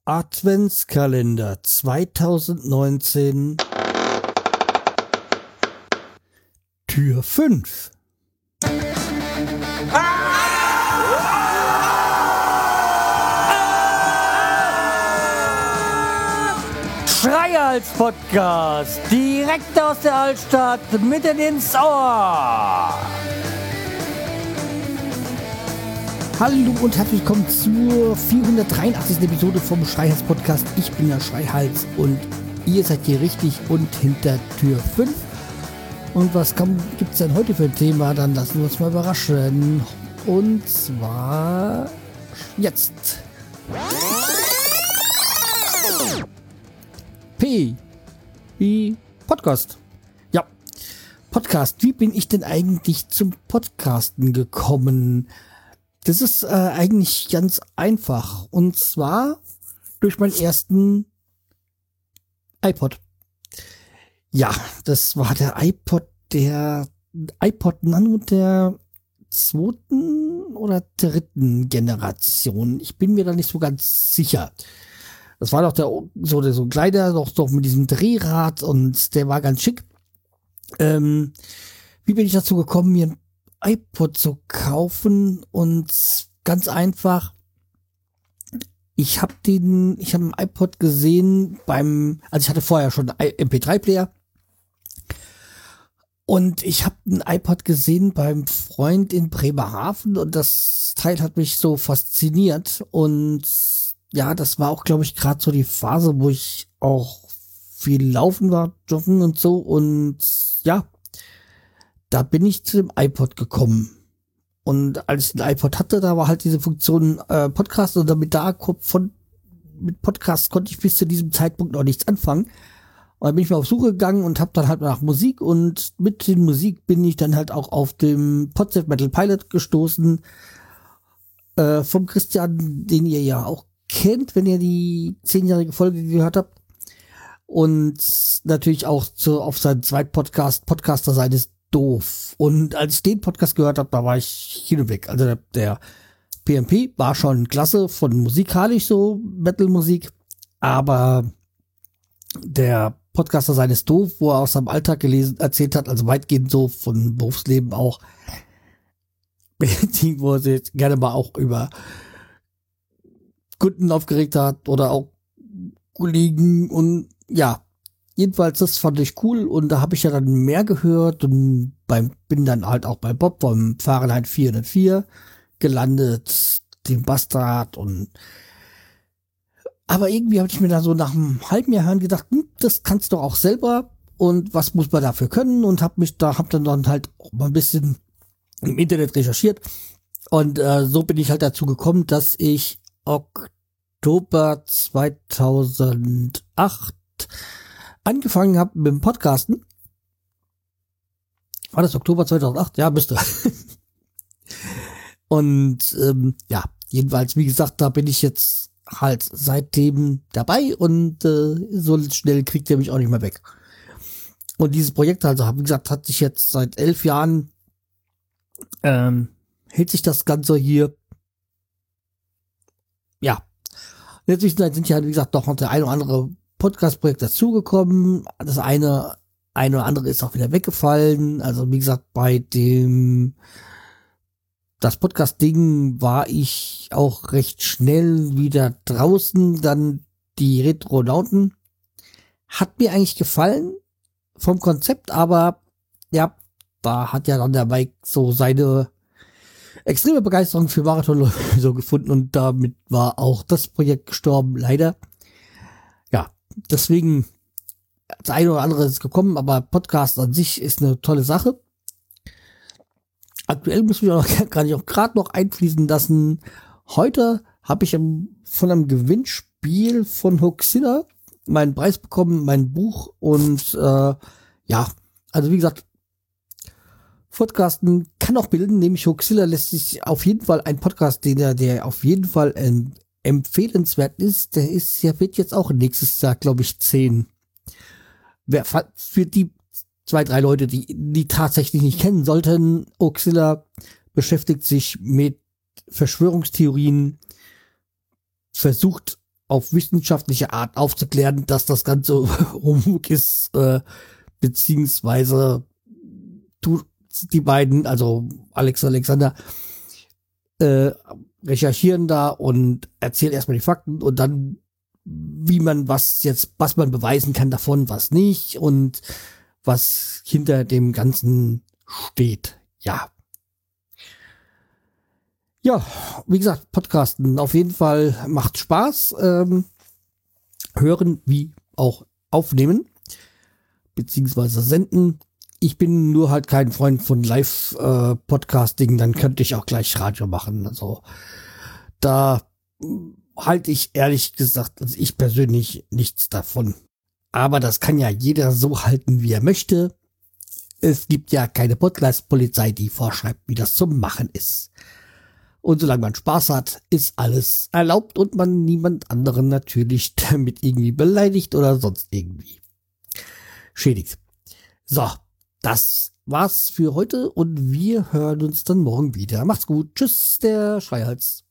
Adventskalender 2019 Tür 5. Schreihals-Podcast, direkt aus der Altstadt, mitten ins Ohr. Hallo und herzlich willkommen zur 483. Episode vom Schreihals-Podcast. Ich bin der Schreihals und ihr seid hier richtig und hinter Tür 5. Und was gibt es denn heute für ein Thema? Dann lassen wir uns mal überraschen. Und zwar jetzt. P wie Podcast. Ja, Podcast. Wie bin ich denn eigentlich zum Podcasten gekommen? Das ist eigentlich ganz einfach. Und zwar durch meinen ersten iPod. Ja, das war der iPod Nano der zweiten oder dritten Generation. Ich bin mir da nicht so ganz sicher. Das war doch so ein kleiner, doch mit diesem Drehrad und der war ganz schick. Wie bin ich dazu gekommen, mir ein iPod zu kaufen? Und ganz einfach, ich habe einen iPod gesehen also ich hatte vorher schon einen MP3-Player und ich habe einen iPod gesehen beim Freund in Bremerhaven und das Teil hat mich so fasziniert und ja, das war auch, glaube ich, gerade so die Phase, wo ich auch viel laufen war, joggen und so und ja, da bin ich zu dem iPod gekommen. Und als ich ein iPod hatte, da war halt diese Funktion Podcast und mit Podcast konnte ich bis zu diesem Zeitpunkt noch nichts anfangen. Und dann bin ich mal auf Suche gegangen und habe dann halt nach Musik und mit der Musik bin ich dann halt auch auf dem Podsafe Metal Pilot gestoßen vom Christian, den ihr ja auch kennt, wenn ihr die 10-jährige Folge gehört habt. Und natürlich auch auf seinen zweiten Podcaster sein ist doof. Und als ich den Podcast gehört habe, da war ich hin und weg. Also der PMP war schon klasse von musikalisch so, Metal-Musik, aber der Podcaster sein ist doof, wo er aus seinem Alltag erzählt hat, also weitgehend so von Berufsleben auch, wo er sich gerne mal auch über Kunden aufgeregt hat oder auch Kollegen und ja, jedenfalls, das fand ich cool und da habe ich ja dann mehr gehört und bin dann halt auch bei Bob vom Fahrenheit 404 gelandet, dem Bastard aber irgendwie habe ich mir da so nach einem halben Jahr hören gedacht, das kannst du auch selber und was muss man dafür können und hab dann halt auch mal ein bisschen im Internet recherchiert und so bin ich halt dazu gekommen, dass ich Oktober 2008 angefangen habe mit dem Podcasten. War das Oktober 2008? Ja, müsste. Und ja, jedenfalls, wie gesagt, da bin ich jetzt halt seitdem dabei und so schnell kriegt er mich auch nicht mehr weg. Und dieses Projekt, also wie gesagt, hat sich jetzt seit 11 Jahren hält sich das Ganze hier. Ja. In der Zwischenzeit sind ja, wie gesagt, doch noch der eine oder andere Podcast-Projekt dazugekommen. Das eine oder andere ist auch wieder weggefallen. Also wie gesagt, bei das Podcast-Ding war ich auch recht schnell wieder draußen. Dann die Retronauten. Hat mir eigentlich gefallen vom Konzept, aber ja, da hat ja dann der Mike so seine extreme Begeisterung für Marathon so gefunden und damit war auch das Projekt gestorben, leider. Ja, deswegen das eine oder andere ist gekommen, aber Podcast an sich ist eine tolle Sache. Aktuell muss ich auch gerade noch einfließen lassen. Heute habe ich von einem Gewinnspiel von Hoaxilla meinen Preis bekommen, mein Buch und ja, also wie gesagt, Podcasten kann auch bilden, nämlich Hoaxilla lässt sich auf jeden Fall ein Podcast, der auf jeden Fall empfehlenswert ist, wird jetzt auch nächstes Jahr, glaube ich, 10. Für die 2-3 Leute, die tatsächlich nicht kennen sollten, Hoaxilla beschäftigt sich mit Verschwörungstheorien, versucht auf wissenschaftliche Art aufzuklären, dass das Ganze Humbug ist, beziehungsweise die beiden, also Alex und Alexander, recherchieren da und erzählen erstmal die Fakten und dann, wie man was man beweisen kann davon, was nicht und was hinter dem Ganzen steht. Ja. Ja, wie gesagt, Podcasten auf jeden Fall macht Spaß. Hören wie auch aufnehmen, beziehungsweise senden. Ich bin nur halt kein Freund von Live-Podcasting, dann könnte ich auch gleich Radio machen. Also da halte ich ehrlich gesagt, also ich persönlich nichts davon. Aber das kann ja jeder so halten, wie er möchte. Es gibt ja keine Podcast-Polizei, die vorschreibt, wie das zu machen ist. Und solange man Spaß hat, ist alles erlaubt und man niemand anderen natürlich damit irgendwie beleidigt oder sonst irgendwie schädigt. So, das war's für heute und wir hören uns dann morgen wieder. Macht's gut. Tschüss, der Schreihals.